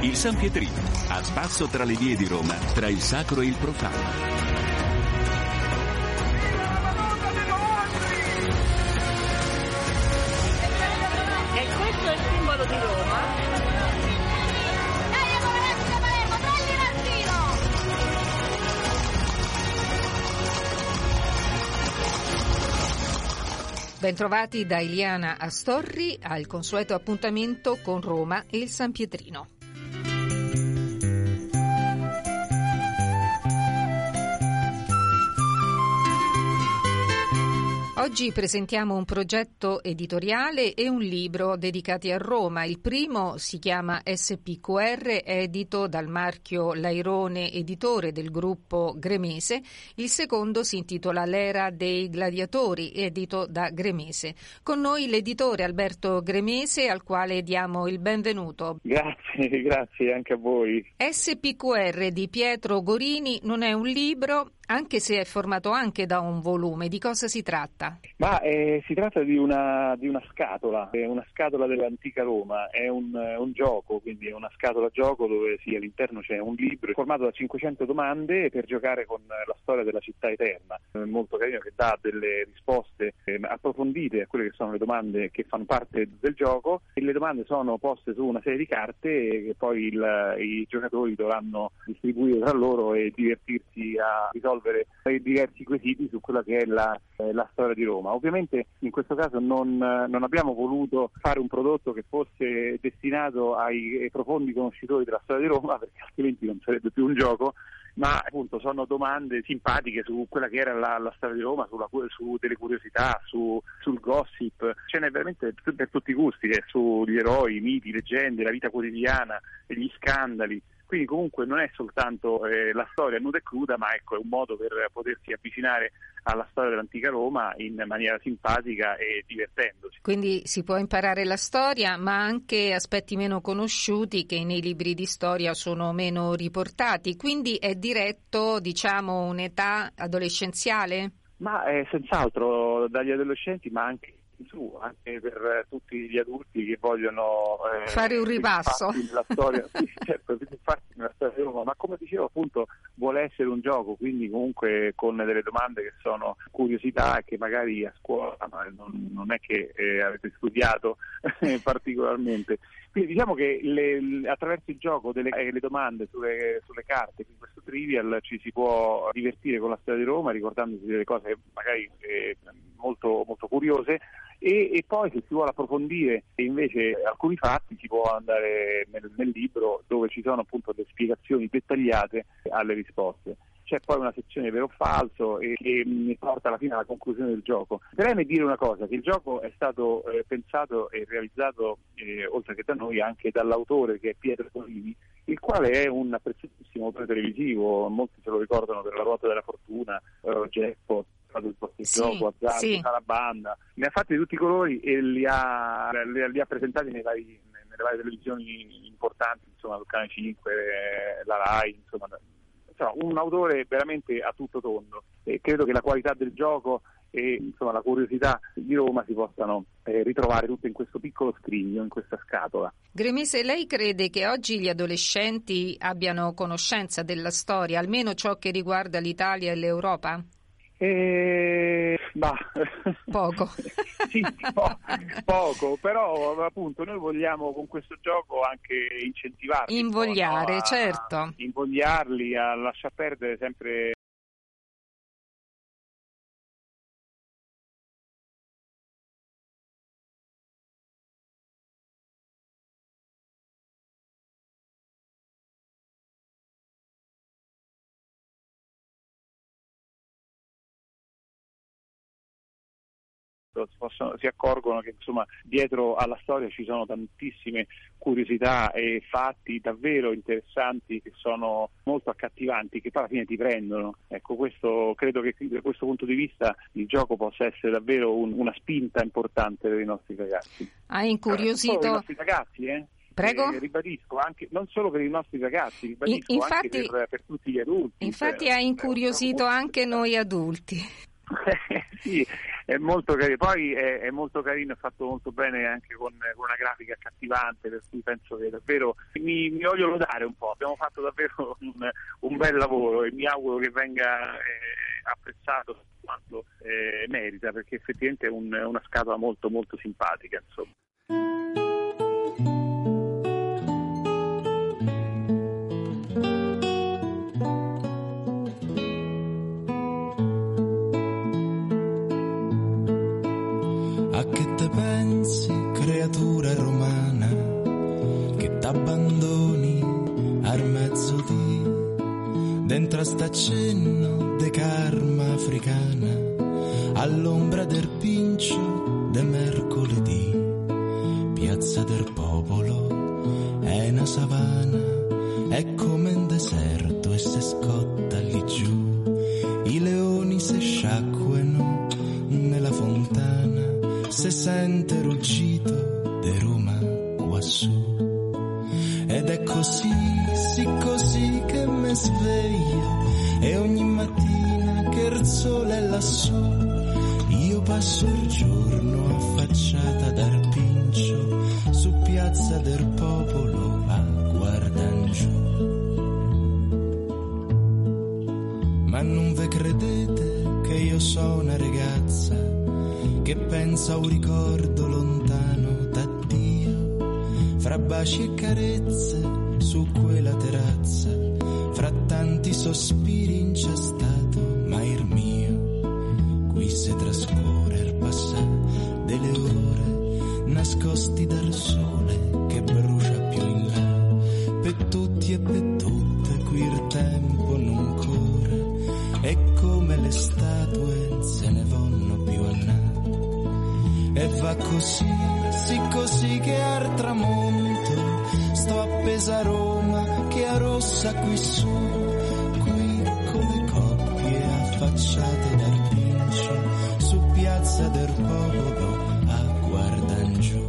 Il San Pietrino, a spasso tra le vie di Roma, tra il sacro e il profano. Bentrovati da Eliana Astorri al consueto appuntamento con Roma e il San Pietrino. Oggi presentiamo un progetto editoriale e un libro dedicati a Roma. Il primo si chiama SPQR, edito dal marchio Lairone Editore del gruppo Gremese. Il secondo si intitola L'era dei gladiatori, edito da Gremese. Con noi l'editore Alberto Gremese, al quale diamo il benvenuto. Grazie anche a voi. SPQR di Pietro Gorini non è un libro, anche se è formato anche da un volume. Di cosa si tratta? Si tratta di una scatola, è una scatola dell'antica Roma, è un gioco, quindi è una scatola gioco dove all'interno c'è un libro formato da 500 domande per giocare con la storia della città eterna. È molto carino, che dà delle risposte approfondite a quelle che sono le domande che fanno parte del gioco, e le domande sono poste su una serie di carte che poi i giocatori dovranno distribuire tra loro e divertirsi a risolvere diversi quesiti su quella che è la storia di Roma. Ovviamente in questo caso non abbiamo voluto fare un prodotto che fosse destinato ai profondi conoscitori della storia di Roma, perché altrimenti non sarebbe più un gioco, ma appunto sono domande simpatiche su quella che era la storia di Roma, su delle curiosità, sul gossip. Ce n'è veramente per tutti i gusti, sugli eroi, i miti, leggende, la vita quotidiana, gli scandali. Quindi comunque non è soltanto la storia nuda e cruda, ma ecco, è un modo per potersi avvicinare alla storia dell'antica Roma in maniera simpatica e divertendosi. Quindi si può imparare la storia, ma anche aspetti meno conosciuti che nei libri di storia sono meno riportati. Quindi è diretto, diciamo, un'età adolescenziale? Ma senz'altro dagli adolescenti, ma anche per tutti gli adulti che vogliono fare un ripasso nella storia, sì, certo, nella storia di Roma, ma come dicevo appunto vuole essere un gioco, quindi comunque con delle domande che sono curiosità e che magari a scuola non è che avete studiato particolarmente. Quindi diciamo che attraverso il gioco le domande sulle carte, in questo trivial, ci si può divertire con la storia di Roma, ricordandosi delle cose magari molto, molto curiose, e poi se si vuole approfondire invece alcuni fatti si può andare nel libro, dove ci sono appunto delle spiegazioni dettagliate alle risposte. C'è poi una sezione vero o falso che mi porta alla fine alla conclusione del gioco. Preme dire una cosa, che il gioco è stato pensato e realizzato, oltre che da noi, anche dall'autore, che è Pietro Gorini, il quale è un apprezzatissimo autore televisivo. Molti se lo ricordano per La ruota della fortuna, Jackpot, il gioco, Azzardo, Sarabanda. Ne ha fatti di tutti i colori e li ha presentati nelle varie televisioni importanti, insomma, sul Canale 5, la Rai, insomma, un autore veramente a tutto tondo, e credo che la qualità del gioco e insomma la curiosità di Roma si possano ritrovare tutte in questo piccolo scrigno, in questa scatola. Gremese, lei crede che oggi gli adolescenti abbiano conoscenza della storia, almeno ciò che riguarda l'Italia e l'Europa? Poco. Sì, poco, però appunto noi vogliamo con questo gioco anche incentivarli, invogliare, certo, invogliarli a lasciar perdere sempre si accorgono che insomma dietro alla storia ci sono tantissime curiosità e fatti davvero interessanti, che sono molto accattivanti, che poi alla fine ti prendono. Ecco, questo credo che da questo punto di vista il gioco possa essere davvero una spinta importante per i nostri ragazzi. Ha incuriosito per i nostri ragazzi, Prego? Ribadisco, anche non solo per i nostri ragazzi, ribadisco infatti, anche per tutti gli adulti. Infatti ha incuriosito anche noi adulti. Sì, È molto carino, poi è molto carino, è fatto molto bene anche con una grafica accattivante, per cui penso che davvero mi voglio lodare un po', abbiamo fatto davvero un bel lavoro e mi auguro che venga apprezzato quanto merita, perché effettivamente è una scatola molto molto simpatica, insomma. A che te pensi, creatura romana, che t'abbandoni al mezzodì, dentro a st'accenno de karma africana, all'ombra del pincio de mercoledì, piazza del popolo è una savana, è come un deserto e se scotta lì giù, i leoni se sciacquano nella fontana, se sente ruggito de Roma quassù. Ed è così, sì così che me sveglio, e ogni mattina che il sole è lassù, io passo il giorno affacciata dal pincio, su piazza del popolo a guardan giù. Ma non ve credete che io sono una ragazza che pensa a un ricordo lontano da Dio, fra baci e carezze su quella terrazza, fra tanti sospiri incestato, ma il mio qui se trascorre il passato delle ore, nascosti dal sole che brucia più in là, per tutti e per tutte qui il tempo non corre, e come le statue se ne vanno più a là. E va così, sì così che al tramonto sto appesa a Roma che a rossa qui su, qui con le coppie affacciate dal pincio, su piazza del popolo a guardan giù.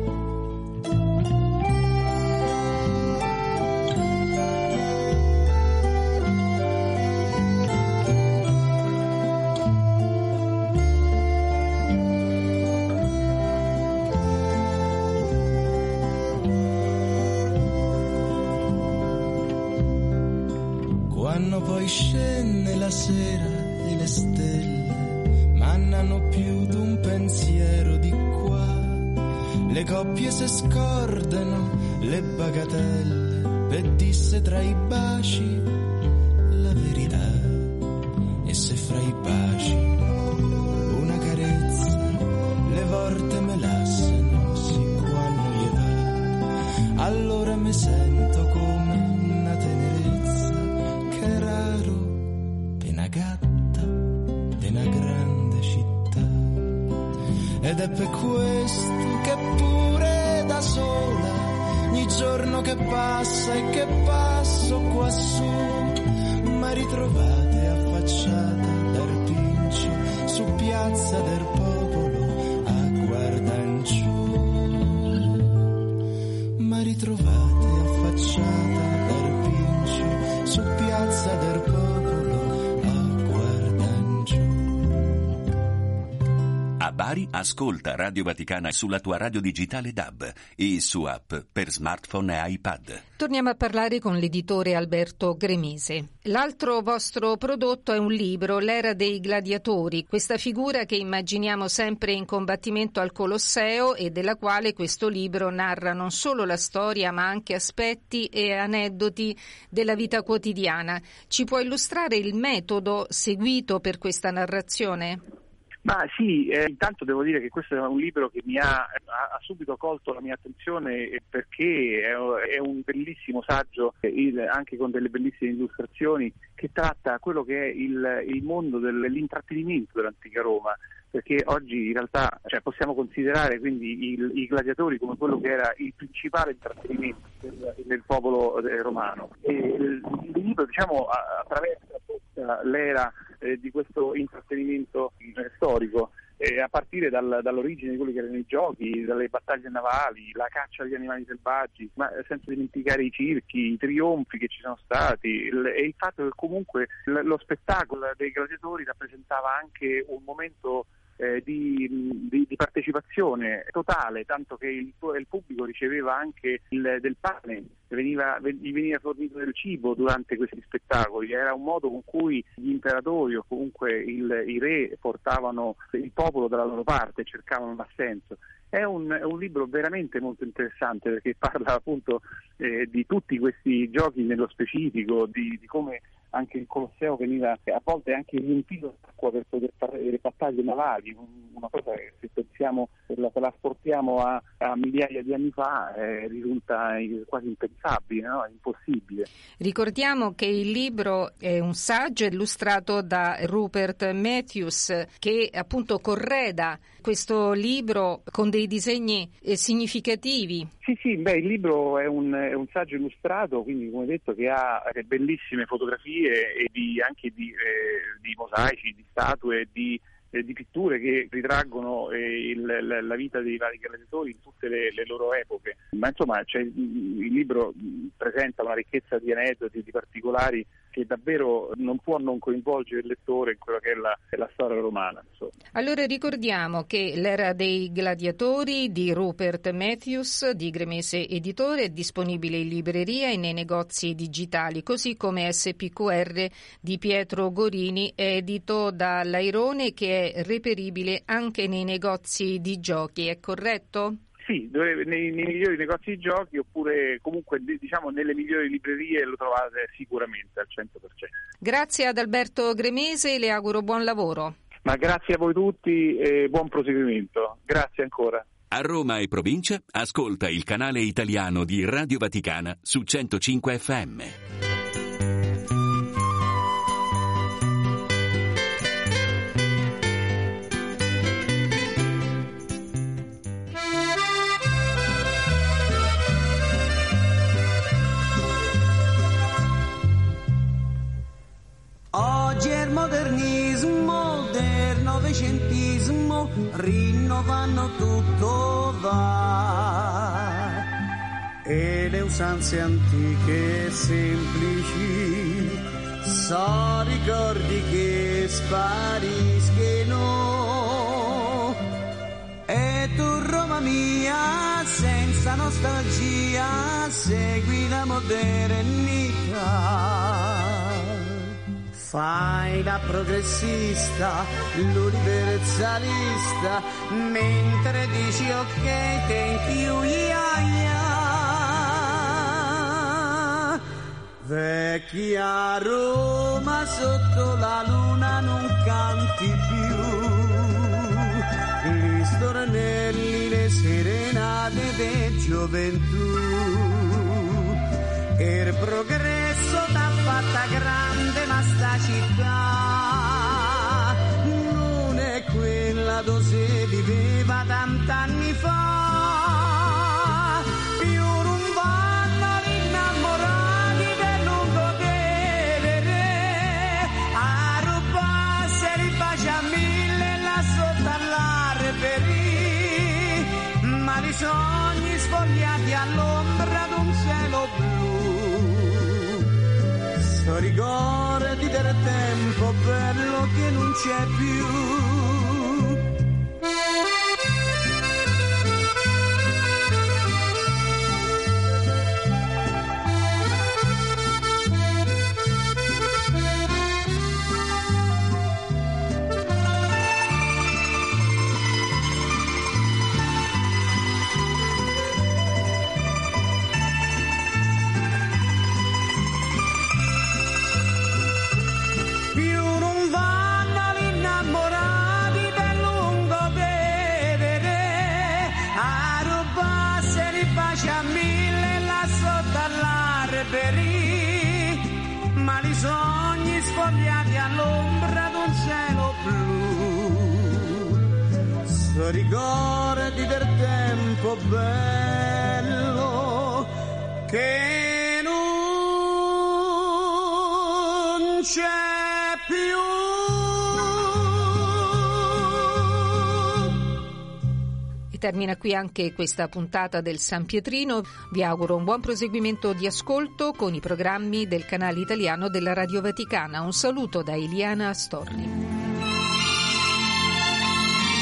Quando poi scende la sera e le stelle mannano più d'un pensiero di qua, le coppie se scordano le bagatelle per disse tra i baci la verità, e se fra i baci una carezza le volte me lassano, sì quando gli va, allora mi sento come una tenerezza che raro per una gatta di una grande città. Ed è per questo che pure da sola ogni giorno che passa e che passo quassù ma ritrovate affacciata dal pincio su piazza del popolo a guardan giù, ma ritrovate affacciata dal pincio su piazza del popolo a guardan giù. A Bari ascolta Radio Vaticana sulla tua radio digitale DAB e su app per smartphone e iPad. Torniamo a parlare con l'editore Alberto Gremese. L'altro vostro prodotto è un libro, L'era dei gladiatori, questa figura che immaginiamo sempre in combattimento al Colosseo e della quale questo libro narra non solo la storia ma anche aspetti e aneddoti della vita quotidiana. Ci può illustrare il metodo seguito per questa narrazione? Ma sì, intanto devo dire che questo è un libro che mi ha subito colto la mia attenzione perché è un bellissimo saggio, anche con delle bellissime illustrazioni, che tratta quello che è il mondo dell'intrattenimento dell'antica Roma, perché oggi in realtà possiamo considerare quindi i gladiatori come quello che era il principale intrattenimento del popolo romano. E il libro attraversa tutta l'era di questo intrattenimento storico, a partire dall'origine di quelli che erano i giochi, dalle battaglie navali, la caccia agli animali selvaggi, ma senza dimenticare i circhi, i trionfi che ci sono stati e il fatto che comunque lo spettacolo dei gladiatori rappresentava anche un momento di partecipazione totale, tanto che il pubblico riceveva anche del pane, gli veniva fornito del cibo durante questi spettacoli. Era un modo con cui gli imperatori o comunque i re portavano il popolo dalla loro parte, cercavano l'assenso. È un libro veramente molto interessante, perché parla appunto di tutti questi giochi nello specifico, di come anche il Colosseo veniva a volte anche riempito d'acqua per poter fare le battaglie navali, una cosa che se pensiamo, se la trasportiamo a migliaia di anni fa, risulta quasi impensabile, no? Impossibile. Ricordiamo che il libro è un saggio illustrato da Rupert Matthews, che appunto correda questo libro con dei disegni significativi. Sì, il libro è un saggio illustrato, quindi come detto, che ha bellissime fotografie e anche di mosaici, di statue, di pitture che ritraggono la vita dei vari gladiatori in tutte le loro epoche. Ma insomma, il libro presenta una ricchezza di aneddoti, di particolari, che davvero non può non coinvolgere il lettore in quella che è la storia romana. Insomma. Allora ricordiamo che L'era dei gladiatori di Rupert Matthews di Gremese Editore è disponibile in libreria e nei negozi digitali, così come SPQR di Pietro Gorini, edito da Lairone, che è reperibile anche nei negozi di giochi, è corretto? Sì, nei migliori negozi di giochi, oppure comunque diciamo nelle migliori librerie lo trovate sicuramente al 100%. Grazie ad Alberto Gremese, le auguro buon lavoro. Ma grazie a voi tutti e buon proseguimento. Grazie ancora. A Roma e provincia, ascolta il canale italiano di Radio Vaticana su 105 FM. Oggi è il modernismo del novecentismo, rinnovano tutto va, e le usanze antiche e semplici so ricordi che spariscono. E tu, Roma mia, senza nostalgia, segui la modernità. Fai la progressista, l'universalista, mentre dici ok, thank you, yeah. Vecchia Roma sotto la luna non canti più gli stornelli, le serenate di gioventù. Il progresso t'ha fatta grande, ma sta città non è quella dove si viveva tant'anni fa. Più non vanno gli innamorati del lungo vedere, a rubarsi e ribaci a mille là sotto all'arperi, ma i sogni sfogliati all'ombra d'un cielo blu. Ricordi del tempo bello che non c'è più. Ma i sogni sfogliati all'ombra d'un cielo blu, so ricordi del tempo bello che non c'è più. Termina qui anche questa puntata del San Pietrino. Vi auguro un buon proseguimento di ascolto con i programmi del canale italiano della Radio Vaticana. Un saluto da Eliana Astorri.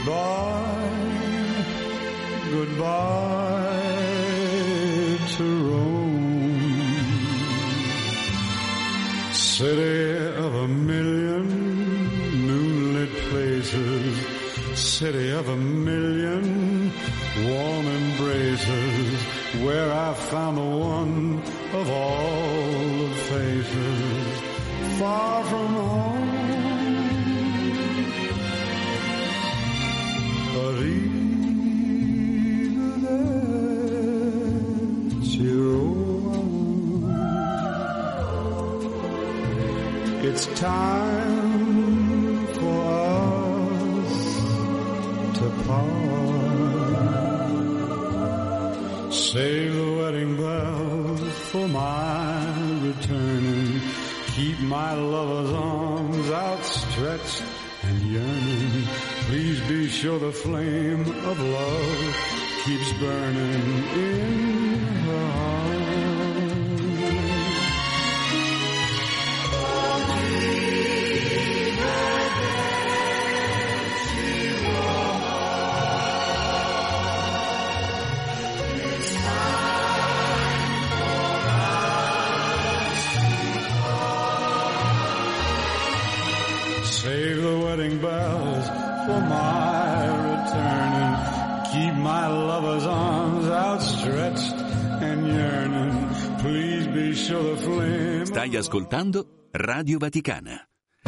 Goodbye, goodbye to Rome, city of a million moonlit places, city of a million warm embraces, where I found the one of all the faces, far from home. But even as you're on, it's time for us to part. Save the wedding bells for my returning. Keep my lover's arms outstretched and yearning. Please be sure the flame of love keeps burning in her heart. Save the wedding bells for my returning. Keep my lover's arms outstretched and yearning. Please be sure the flame. Stai ascoltando Radio Vaticana.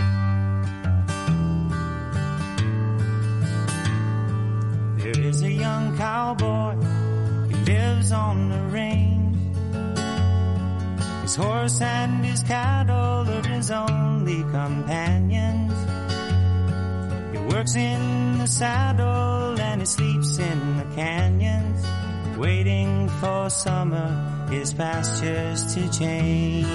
There is a young cowboy, he lives on the range. His horse and his cattle are his only companions. He works in the saddle and he sleeps in the canyons, waiting for summer, his pastures to change.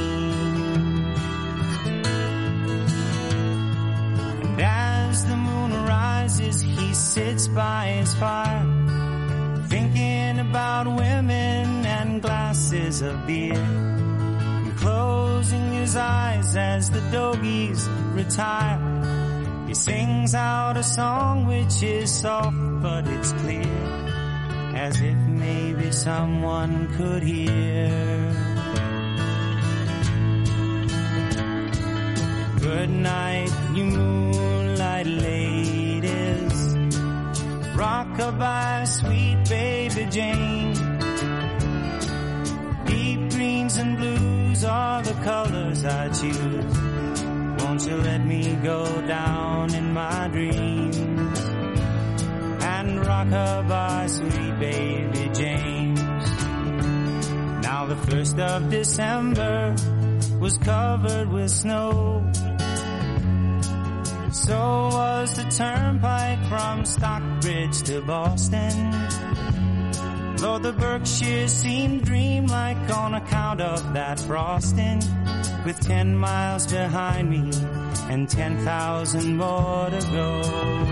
And as the moon rises, he sits by his fire, thinking about women and glasses of beer, closing his eyes as the doggies retire. He sings out a song which is soft but it's clear, as if maybe someone could hear. Good night, you moonlight ladies, rock-a-bye, sweet baby Jane. Deep greens and blues are the colors I choose. Won't you let me go down in my dreams and rock-a-bye, sweet baby James. Now the 1st of December was covered with snow, so was the turnpike from Stockbridge to Boston. Though the Berkshires seemed dreamlike on account of that frosting, with 10 miles behind me and 10,000 more to go.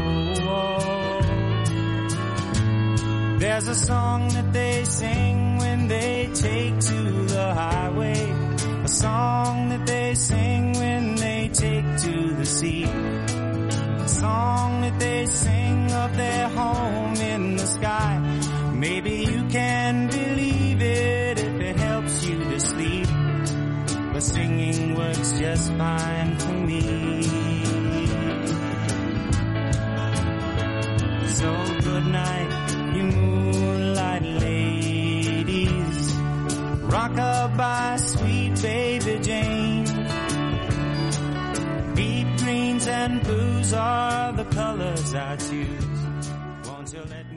There's a song that they sing when they take to the highway, a song that they sing when they take to the sea, a song that they sing of their home in the sky. Maybe you can believe it if it helps you to sleep, but singing works just fine for me. So good night, you moonlight ladies, rock-a-bye, sweet baby Jane. Deep greens and blues are the colors I choose. Won't you let